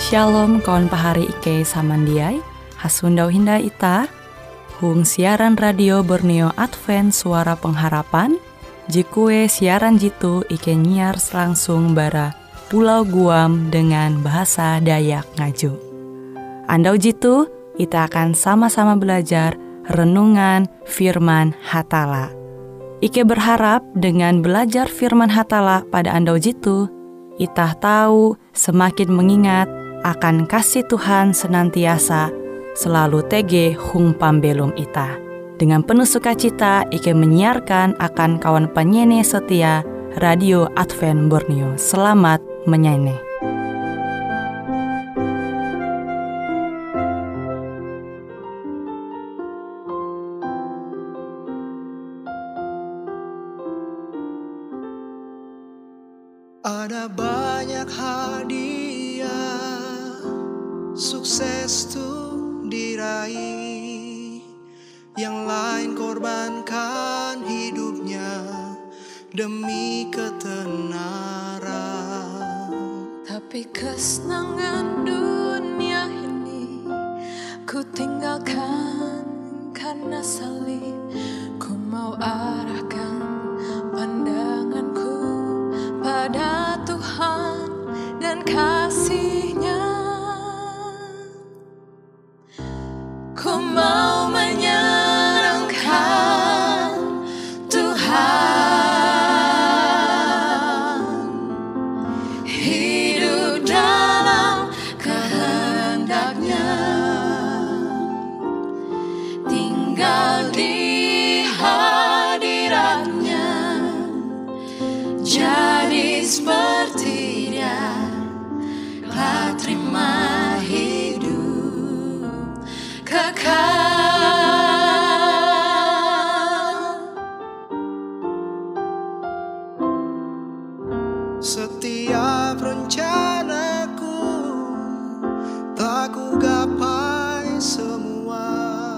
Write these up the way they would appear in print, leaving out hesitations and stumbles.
Shalom kawan pahari Ike samandiai, hasundau hinda ita, hung siaran radio Borneo Advent Suara Pengharapan, jikue siaran jitu Ike nyiar langsung bara Pulau Guam dengan bahasa Dayak Ngaju. Andau jitu, kita akan sama-sama belajar renungan firman Hatala. Ike berharap dengan belajar firman Hatala pada andau jitu, kita tahu semakin mengingat akan kasih Tuhan senantiasa selalu tege hung pambelum ita. Dengan penuh sukacita, Ike menyiarkan akan kawan penyanyi setia Radio Advent Borneo. Selamat menyanyi. Ada banyak hadiah, sukses tuh diraih. Yang lain korbankan hidupnya demi ketenaran. Tapi kesenangan dunia ini ku tinggalkan karena salib. Ku mau arahkan pandanganku pada Tuhan dan kasih-Nya. Ku mau menyenangkan Tuhan, hidup dalam kehendak-Nya, tinggal di hadirat-Nya, jadi seperti Dia, telah terima hidup kekal. Setiap rencanaku tak ku gapai semua,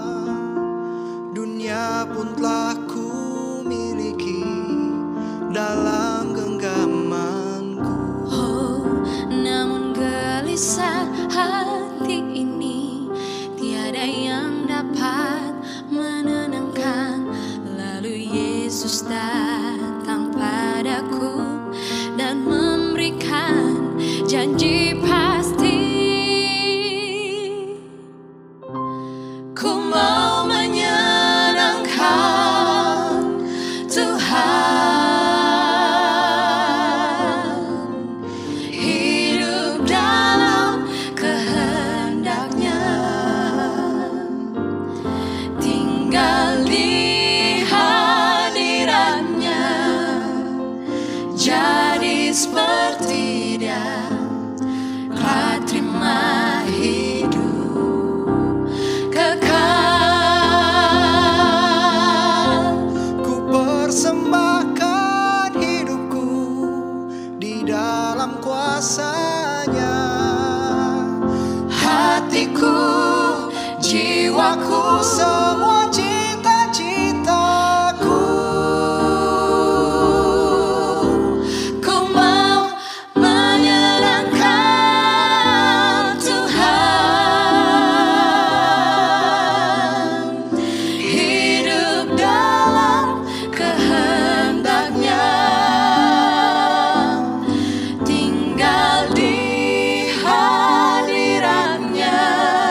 dunia pun telah ku miliki dalam genggamanku. Oh, namun gelisah hati ini tiada yang dapat menenangkan. Lalu Yesus datang padaku dan memberikan janji pasti. Ku mau menyenangkan Tuhan, hidup dalam kehendak-Nya, tinggal di hadirat-Nya, jadi seperti Dia, telah terima hidup kekal. Ku persembahkan hidupku di dalam kuasa-Nya, Hatiku, jiwaku, semua cita-citaku. ku mau menyenangkan Tuhan, hidup dalam kehendak-Nya, tinggal di hadirat-Nya,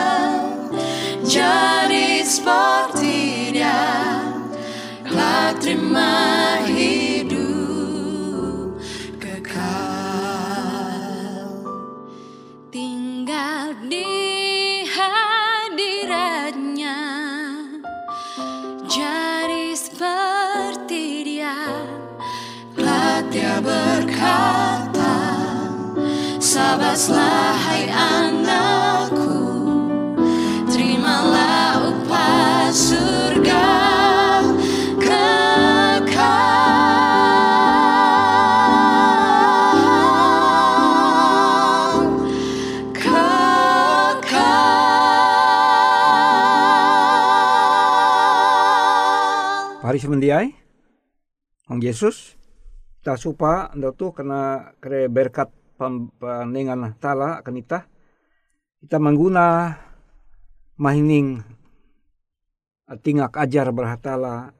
jadi seperti Dia, telah terima hidup kekal. Tinggal di hadirat-Nya, jadi seperti Dia, telah Dia berkata, sabarlah hai anakku, terimalah upah surga kekal. Hari semendiai, Ang Yesus, ta supa ndo tu kena kere berkat pandengan tala akan ita Kita mengguna mahining tingak ajar berhatala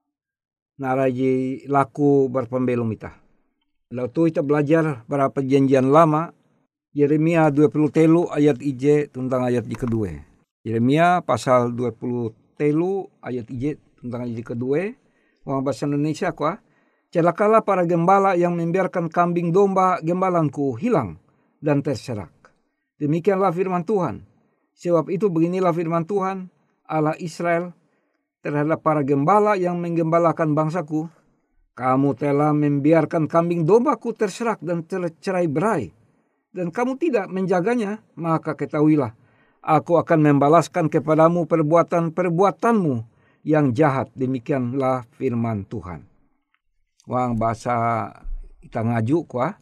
naraji laku berpembelum ita. Lalu tu kita belajar berapa perjanjian lama Yeremia 23 ayat IJ tentang ayat di kedua. Yeremia pasal 23 ayat IJ tentang ayat di kedua. Orang bahasa Indonesia kuah. Celakalah para gembala yang membiarkan kambing domba gembalanku hilang dan terserak. Demikianlah firman Tuhan. Sebab itu beginilah firman Tuhan Allah Israel terhadap para gembala yang menggembalakan bangsaku. Kamu telah membiarkan kambing dombaku terserak dan tercerai berai. Dan kamu tidak menjaganya, maka ketahuilah. Aku akan membalaskan kepadamu perbuatan-perbuatanmu yang jahat. Demikianlah firman Tuhan. Wang bahasa kita ngaju kuah.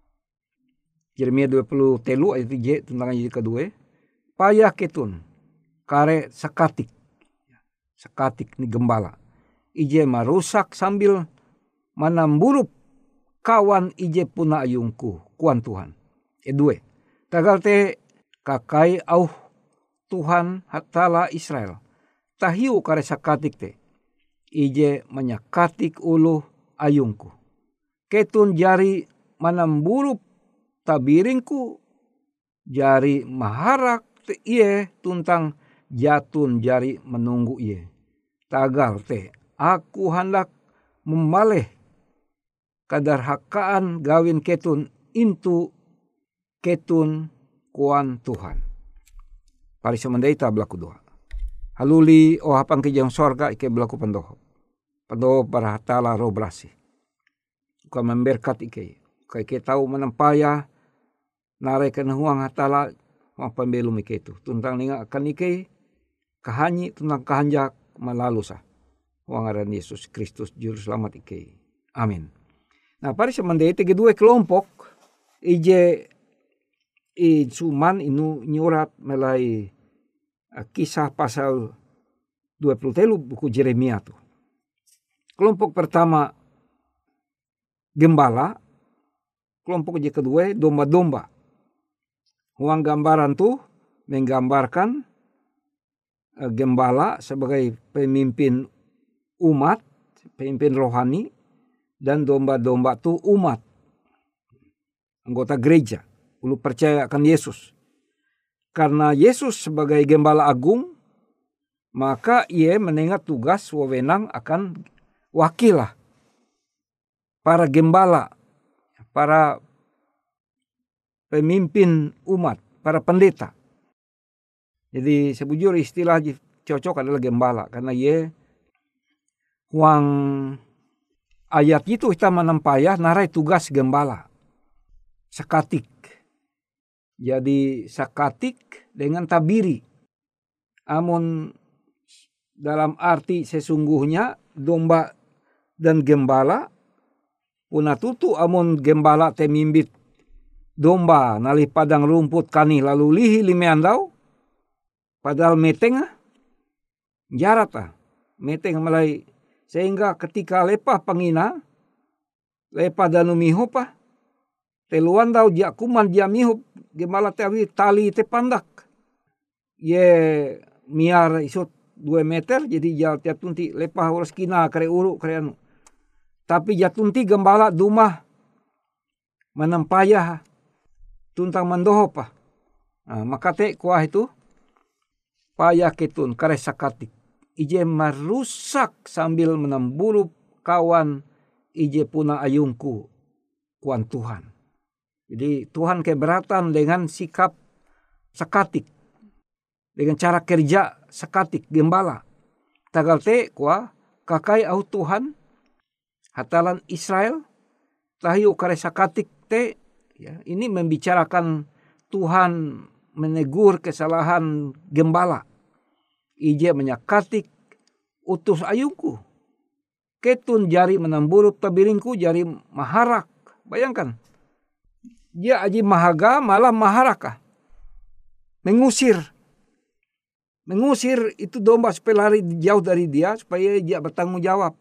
Yeremia 23 ayat 3 tentang ayat kedua. Payah ketun, kare sekatik. Sekatik ni gembala. Ije marusak sambil manamburup kawan ije puna ayungku. Kuan Tuhan. Edue. Tagal te kakai au Tuhan hatala Israel. Tahiu kare sakatik te. Ije menyakatik ulu ayungku. Ketun jari manamburup tabiringku. Jari maharak te iye tuntang jatun jari menunggu iye. Tagal te aku hendak membaleh kadarhakaan gawin ketun intu ketun kuan Tuhan. Pari semendaita berlaku doa. Haluli hapang kejang sorga ike berlaku pendoho. Pendoho berhatala roh berasi. Uka memberkat ike. Uka ike tahu menempaya narekan huang hatala huang pembelum ike itu. Tuntang ninga akan ike kahanyi tentang kahanjak melalui sah. Huang aran Yesus Kristus juru selamat ike. Amin. Nah pari semendaita kedua kelompok ije cuman inu nyurat melai kisah pasal 23 buku Yeremia tu. Kelompok pertama gembala, kelompok kedua domba-domba. Huang gambaran tu menggambarkan gembala sebagai pemimpin umat, pemimpin rohani, dan domba-domba tu umat, anggota gereja. Ulu percaya akan Yesus. Karena Yesus sebagai gembala agung, maka ia menengat tugas wewenang akan wakilah para gembala, para pemimpin umat, para pendeta. Jadi sebujur istilah cocok adalah gembala. Karena ia huang ayat itu kita menampayah narai tugas gembala. Sekatik. Jadi sakatik dengan tabiri. Amun dalam arti sesungguhnya domba dan gembala puna tutu amun gembala te mimbit domba nalih padang rumput kani lalu lihi limeandau padahal meteng jarat meteng mulai sehingga ketika lepah pangina lepah danu mihopa teluan dau dia kuman dia mihup gembala tewi tali te pandak. Ye miar isut 2 meter jadi jal tiap tunti lepah urus kina kare uru kare anu. Tapi jatunti gembala dumah menempayah tuntang mendohop. Nah, maka te kuah itu payah ketun kare sakatik. Ije merusak sambil menemburu kawan ije puna ayungku kuan Tuhan. Jadi Tuhan keberatan dengan sikap sakatik. Dengan cara kerja sakatik gembala. Tagal te kuah kakai au Tuhan hatalan Israel tahiu kare sakatik te ya, ini membicarakan Tuhan menegur kesalahan gembala. Ije menyakatik utus ayungku. Ketun jari menemburu tabiringku jari maharak. Bayangkan. Dia aji mahaga malah maharaka. Mengusir itu domba supaya lari jauh dari dia supaya dia bertanggung jawab.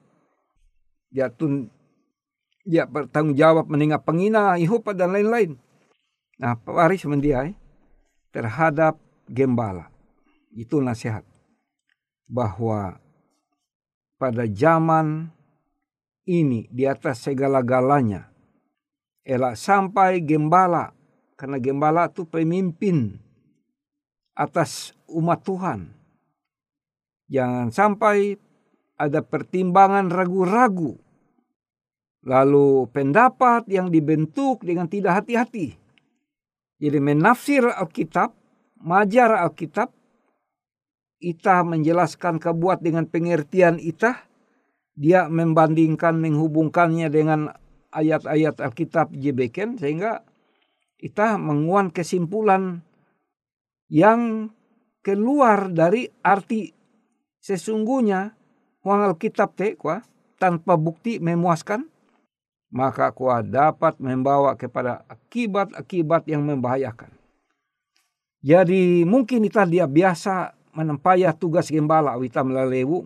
Dia bertanggung jawab meninggal pengina, ihupa dan lain-lain. Nah, pari semendiai. terhadap gembala. Itu nasihat. Bahwa pada zaman ini di atas segala-galanya, elak sampai gembala, karena gembala itu pemimpin atas umat Tuhan. Jangan sampai ada pertimbangan ragu-ragu, lalu pendapat yang dibentuk dengan tidak hati-hati. Jadi menafsir Alkitab, majar Alkitab, Ita menjelaskan kebuat dengan pengertian Ita, dia membandingkan, menghubungkannya dengan ayat-ayat Alkitab jebeken, sehingga Ita menguan kesimpulan yang keluar dari arti sesungguhnya huang Alkitab tanpa bukti memuaskan, maka dapat membawa kepada akibat-akibat yang membahayakan. Jadi mungkin Ita dia biasa menempaya tugas gembala, Ita melalewu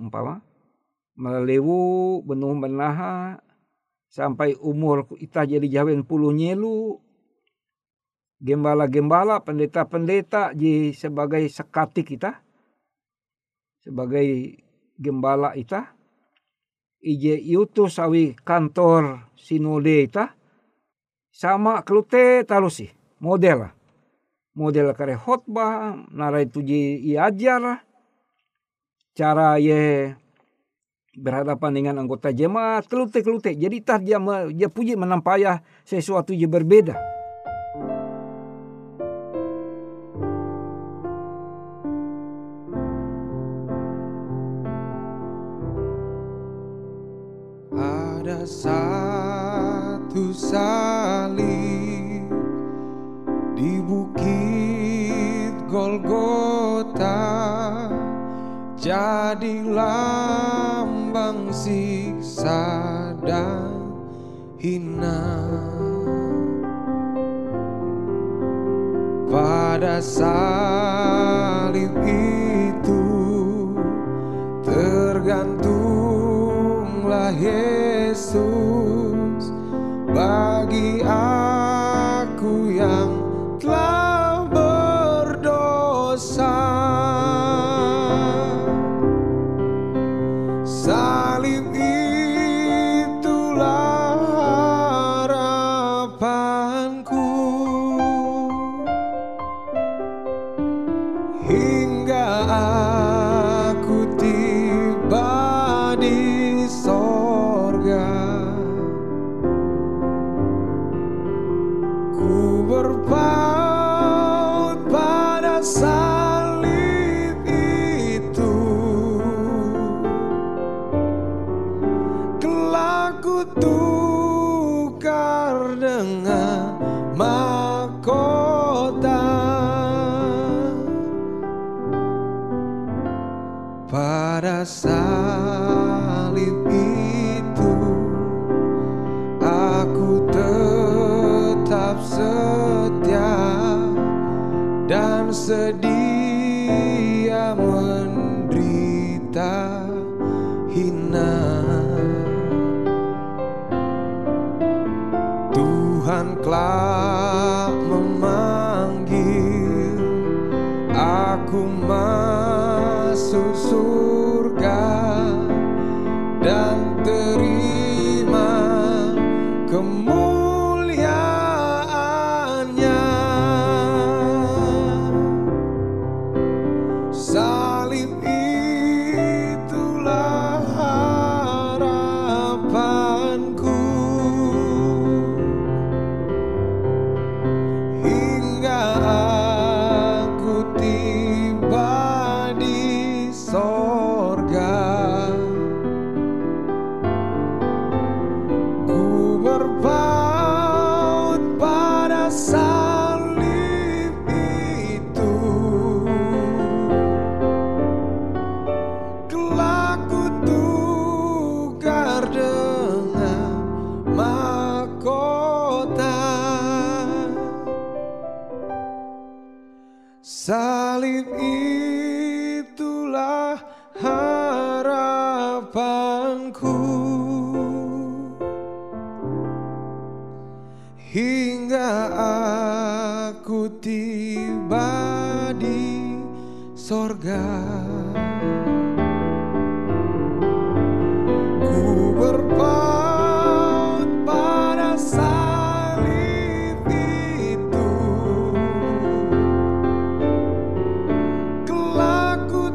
benuh benaha sampai umur Ita jadi jawen 10 nyelu. Gembala-gembala, pendeta-pendeta sebagai sekati kita, sebagai gembala Ita, ije iutus awi kantor sinode Ita, sama kelute talusi model kare khotbah, narai tuji iajar, cara ye berhadapan dengan anggota jemaat, kelute. Jadi dia puji menampaya sesuatu yang berbeda. Ada satu salib di bukit Golgota, jadi lambang siksa dan hina. Pada salib itu tergantunglah Yesus bagi aku yang telah berdosa. Salib itulah harapanku hingga aku tiba di sorga. Ku berpaut pada salib itu, kelak ku tukar dengan mahkota. Pada salib itu aku tetap setia dan sedia menderita hina. Tuhan kelak memanggil aku masuk surga dan terima kemuliaannya. Salib itulah harapanku hingga aku tiba di sorga. Ku berpaut pada salib itu, kelak ku tukar dengan mahkota. Salib itulah harapanku hingga aku tiba sorga. Ku berpaut pada salib itu, kelak ku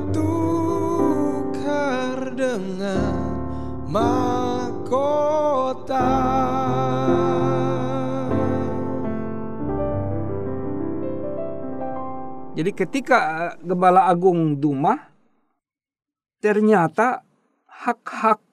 tukar dengan mahkota. Jadi ketika Gembala Agung Dumah, ternyata hak-hak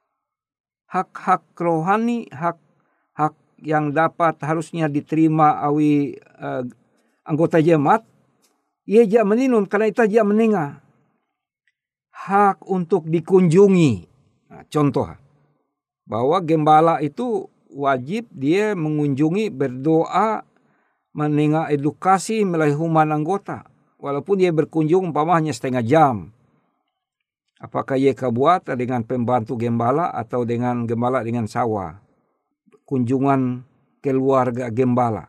rohani, hak yang dapat harusnya diterima awi anggota jemaat, ia jak meninun karena itu jak menengah. Hak untuk dikunjungi. Nah, contoh, bahwa gembala itu wajib dia mengunjungi, berdoa, menengah edukasi melalui human anggota. Walaupun dia berkunjung umpamanya setengah jam. Apakah ia kebuat dengan pembantu gembala atau dengan gembala dengan sawa. Kunjungan keluarga gembala.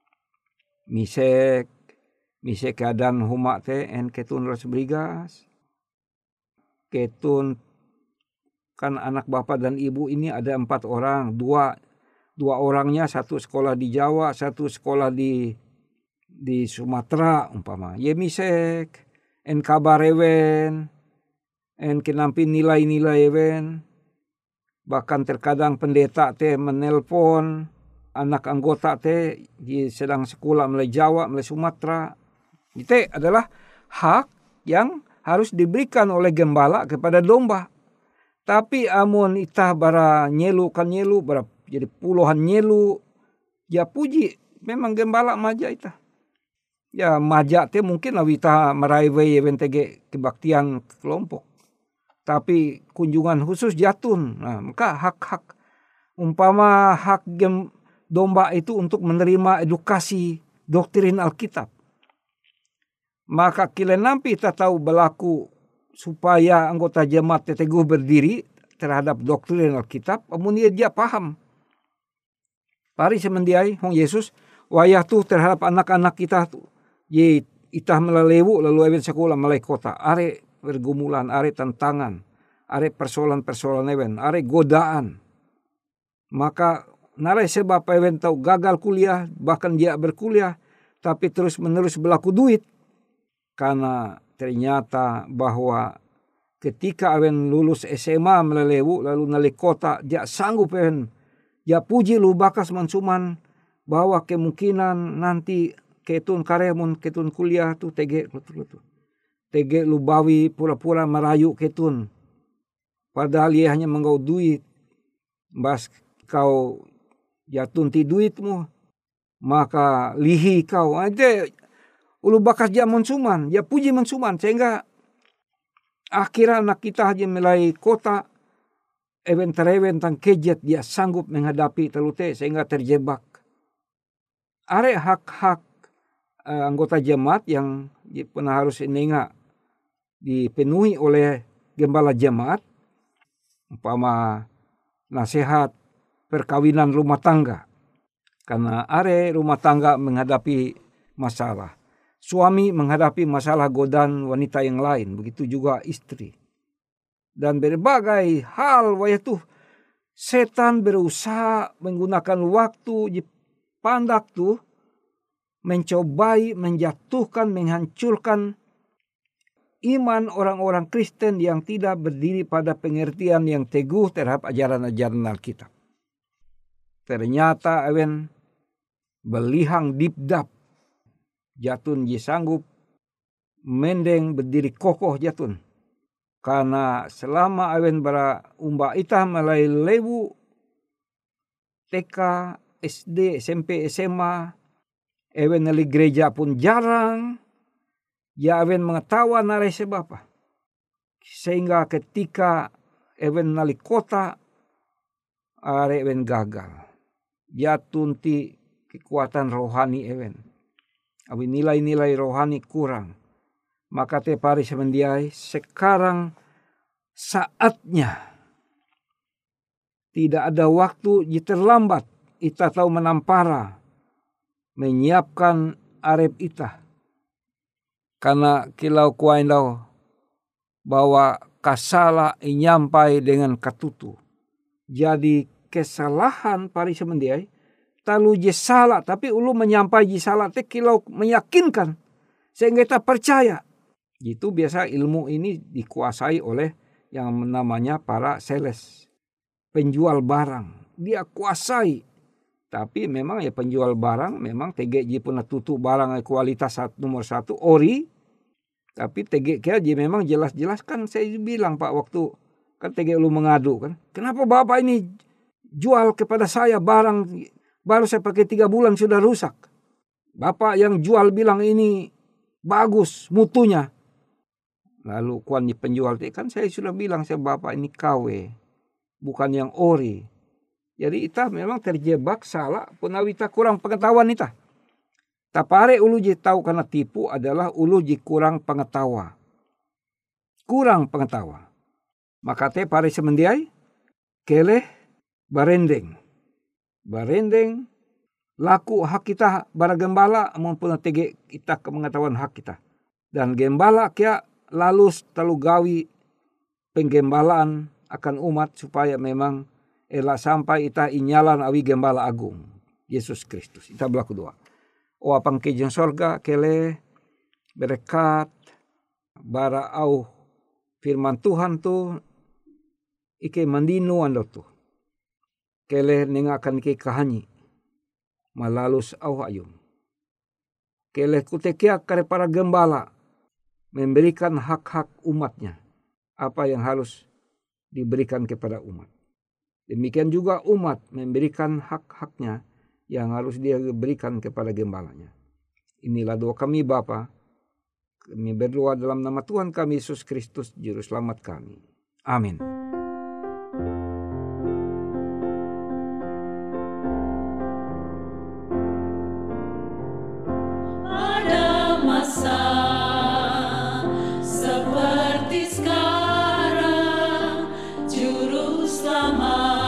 Misek keadaan humak teh en ketun ros brigas. Ketun kan anak bapak dan ibu ini ada 4 orang. Dua orangnya satu sekolah di Jawa, satu sekolah di Sumatera umpama. Ye misek en kabar ewen, en kenampi nilai-nilai ewen. Bahkan terkadang pendeta teh menelpon anak anggota teh sedang sekolah mulai Jawa, mulai Sumatera. Itu adalah hak yang harus diberikan oleh gembala kepada domba. Tapi amun itah bara nyelu bara jadi puluhan nyelu, ya puji memang gembala maja itah. Ya maja teh mungkin awita meraih eventege kebaktian kelompok. Tapi kunjungan khusus jatun. Nah, maka hak-hak umpama hak domba itu untuk menerima edukasi doktrin Alkitab. Maka kila nampi kita tahu berlaku supaya anggota jemaat teguh berdiri terhadap doktrin Alkitab, amun dia paham. Pari semendiai hong Yesus wayah tu terhadap anak-anak kita tu. Ye itah melalewu lalu ewen sekolah melai kota. Are pergumulan, are tantangan, are persoalan-persoalan ewen, are godaan. Maka narai sebab ewen tahu gagal kuliah, bahkan dia berkuliah, tapi terus menerus berlaku duit. Karena ternyata bahwa ketika ewen lulus SMA melalewu lalu nalik kota, dia sanggup ewen. Ya puji lu bakas mansuman bahwa kemungkinan nanti ketun karemun ketun kuliah tu tege lu bawi pura-pura merayu ketun. Padahal ia hanya menggau duit. Bas kau jatun ti duitmu. Maka lihi kau. Ade ulu bakas dia mansuman. Ya puji mansuman. Sehingga akhirnya anak kita aja mulai kota. Event-event kejet dia sanggup menghadapi telute sehingga terjebak. Are hak-hak anggota jemaat yang pernah harus dipenuhi oleh gembala jemaat. Umpama nasihat perkawinan rumah tangga. Karena are rumah tangga menghadapi masalah. Suami menghadapi masalah godaan wanita yang lain. Begitu juga istri. Dan berbagai hal wayah tuh setan berusaha menggunakan waktu pandak tuh mencobai menjatuhkan, menghancurkan iman orang-orang Kristen yang tidak berdiri pada pengertian yang teguh terhadap ajaran-ajaran Alkitab. Ternyata ewen belihang dipdap jatun sanggup mendeng berdiri kokoh jatun. Karena selama awen bara umba itah malai lewu TK, SD, SMP, SMA, awen nali gereja pun jarang, ya awen mengetawa narai sebab. Sehingga ketika awen nali kota, are awen gagal. Ya tunti kekuatan rohani awen. Awi nilai-nilai rohani kurang. Maka te pari semendiai sekarang saatnya. Tidak ada waktu terlambat. Ita tahu menampara. Menyiapkan arep ita. Karena kilau kuain lau bahwa kasala inyampai dengan katutu. Jadi kesalahan pari semendiai talu je salah tapi ulu menyampai je salah te kilau meyakinkan sehingga kita percaya. Itu biasa ilmu ini dikuasai oleh yang namanya para sales, penjual barang. Dia kuasai. Tapi memang ya penjual barang memang TGJ pun tutup barang kualitas nomor 1 ori. Tapi TGJ memang jelas-jelas kan saya bilang Pak waktu kan TGJ lu mengadu kan. Kenapa Bapak ini jual kepada saya barang baru saya pakai 3 bulan sudah rusak. Bapak yang jual bilang ini bagus mutunya. Lalu kuan penjual kan saya sudah bilang saya Bapak ini KW bukan yang ori. Jadi kita memang terjebak salah punawita kurang pengetahuan kita. Tapare ulu je tahu karena tipu adalah ulu je kurang pengetahuan. Kurang pengetahuan. Maka te pare semendiai keleh barendeng. Barendeng laku hak kita bara gembala maupun tege kita pengetahuan hak kita. Dan gembala kia lalu telu gawi penggembalaan akan umat supaya memang elak sampai ita inyalan awi gembala agung Yesus Kristus. Ita berlaku doa. O apang kejeng sorga kele berkat bara au firman Tuhan tu ike mandinu ando tu. Kele nengakan ike kahanyi malalus au ayun. Kele kutekia kare para gembala memberikan hak-hak umatnya. Apa yang harus diberikan kepada umat. Demikian juga umat memberikan hak-haknya yang harus dia berikan kepada gembalanya. Inilah doa kami Bapa. Kami berdoa dalam nama Tuhan kami Yesus Kristus Juru Selamat kami. Amin. Ada masa seperti sekarang, Juru Selamat.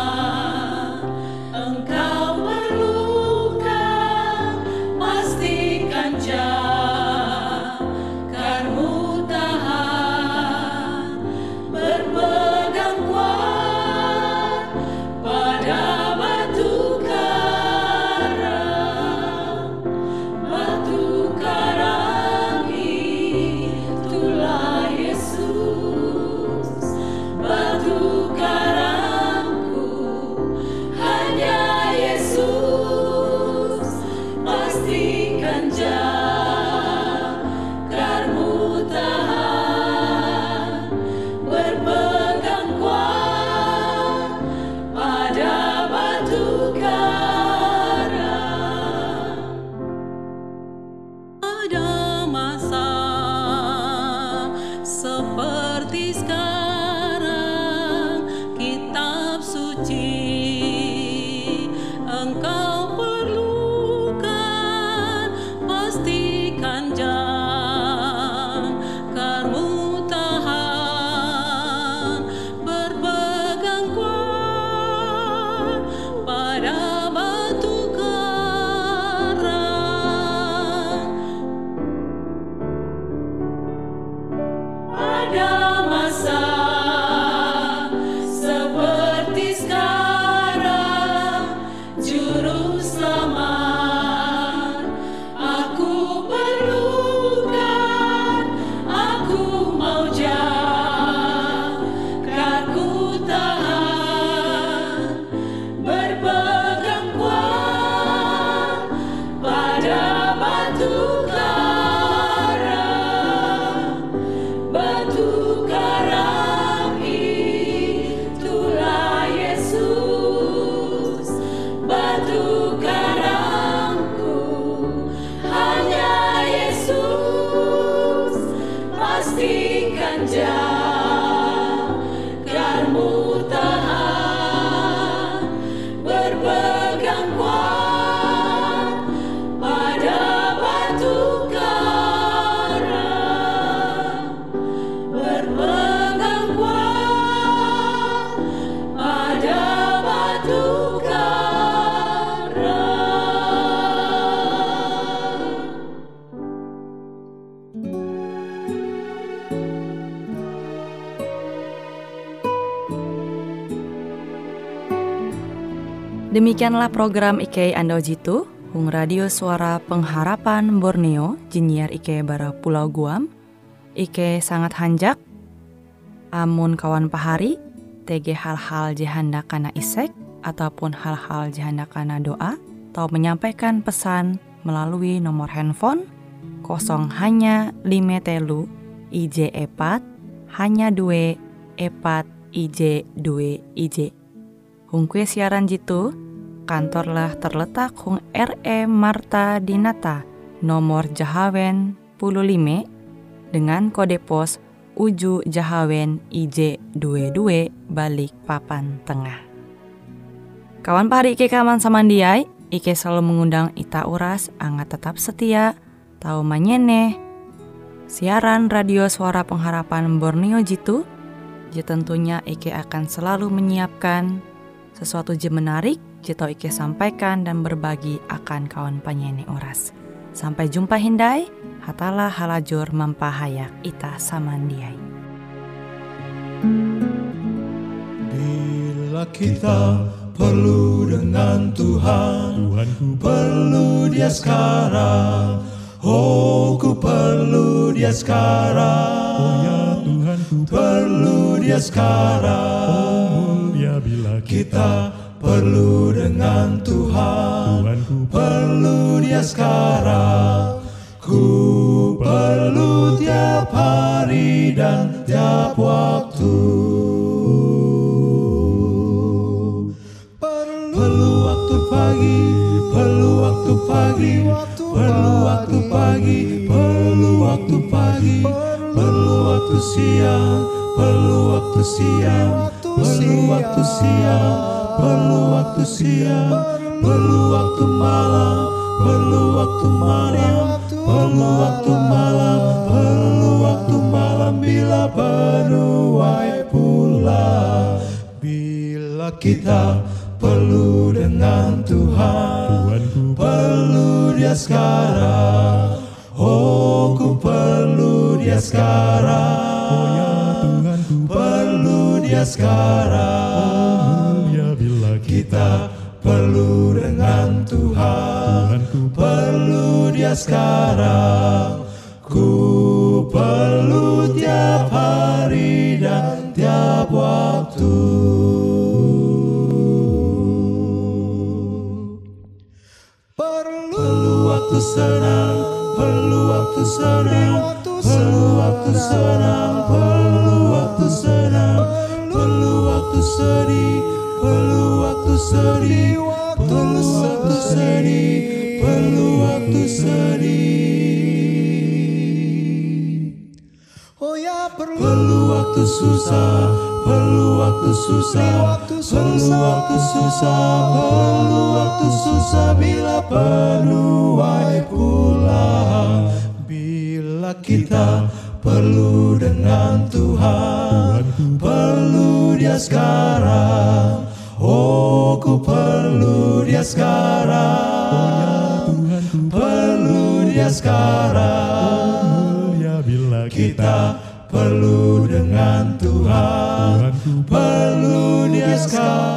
Juru Demikianlah program Ike Ando Jitu, Hung Radio Suara Pengharapan Borneo, Jinnyar Ike bara Pulau Guam. Ike sangat hanjak, amun kawan pahari, TG hal-hal jihanda kana isek, ataupun hal-hal jihanda kana doa, atau menyampaikan pesan melalui nomor handphone 0 hanya 5 telu IJ 4 hanya 2 4 IJ 2 IJ. Hung kue siaran jitu, kantorlah terletak Hung R.E. Marta Dinata, nomor Jahawen 15, dengan kode pos Uju Jahawen IJ 22 balik Papan Tengah. Kawan pahari Ike kaman samandiai, Ike selalu mengundang ita uras, angga tetap setia, tahu manyene, siaran radio Suara Pengharapan Borneo Jitu. Tentunya Ike akan selalu menyiapkan sesuatu je menarik, jito Ike sampaikan dan berbagi akan kawan penyanyi oras. Sampai jumpa hindai, hatalah halajur mempahayak ita samandiai. Bila kita perlu dengan Tuhan, Tuhanku perlu Dia sekarang. Oh, ku perlu Dia sekarang. Oh ya Tuhanku perlu Dia sekarang. Oh mulia bila kita perlu dengan Tuhan, Tuhanku perlu Dia sekarang. Ku perlu tiap hari dan tiap waktu. Perlu waktu pagi, perlu waktu pagi, perlu waktu pagi, perlu waktu pagi, perlu waktu siang, perlu waktu siang, perlu waktu siang, perlu waktu siang, perlu waktu malam, perlu waktu malam, perlu waktu malam, perlu waktu malam bila menuai pulang. Bila kita perlu dengan Tuhan, perlu Dia sekarang. Oh, ku perlu Dia sekarang. Oh ya Tuhanku perlu Dia sekarang. Oh ya bila kita perlu dengan Tuhan, perlu Dia sekarang. Ku perlu tiap hari dan tiap waktu. Perlu waktu senang, perlu waktu senang, perlu waktu senang, perlu waktu senang, perlu waktu sedih, perlu waktu sedih, perlu waktu sedih, perlu waktu sedih. Oh ya perlu waktu susah, perlu waktu susah, perlu waktu susah, perlu waktu susah bila menuai pulang. Bila kita perlu dengan Tuhan, perlu Dia sekarang. Oh, ku perlu Dia sekarang. Oh ya Tuhanku perlu Dia sekarang. Ya bila kita perlu dengan Tuhan, perlu Dia sekarang.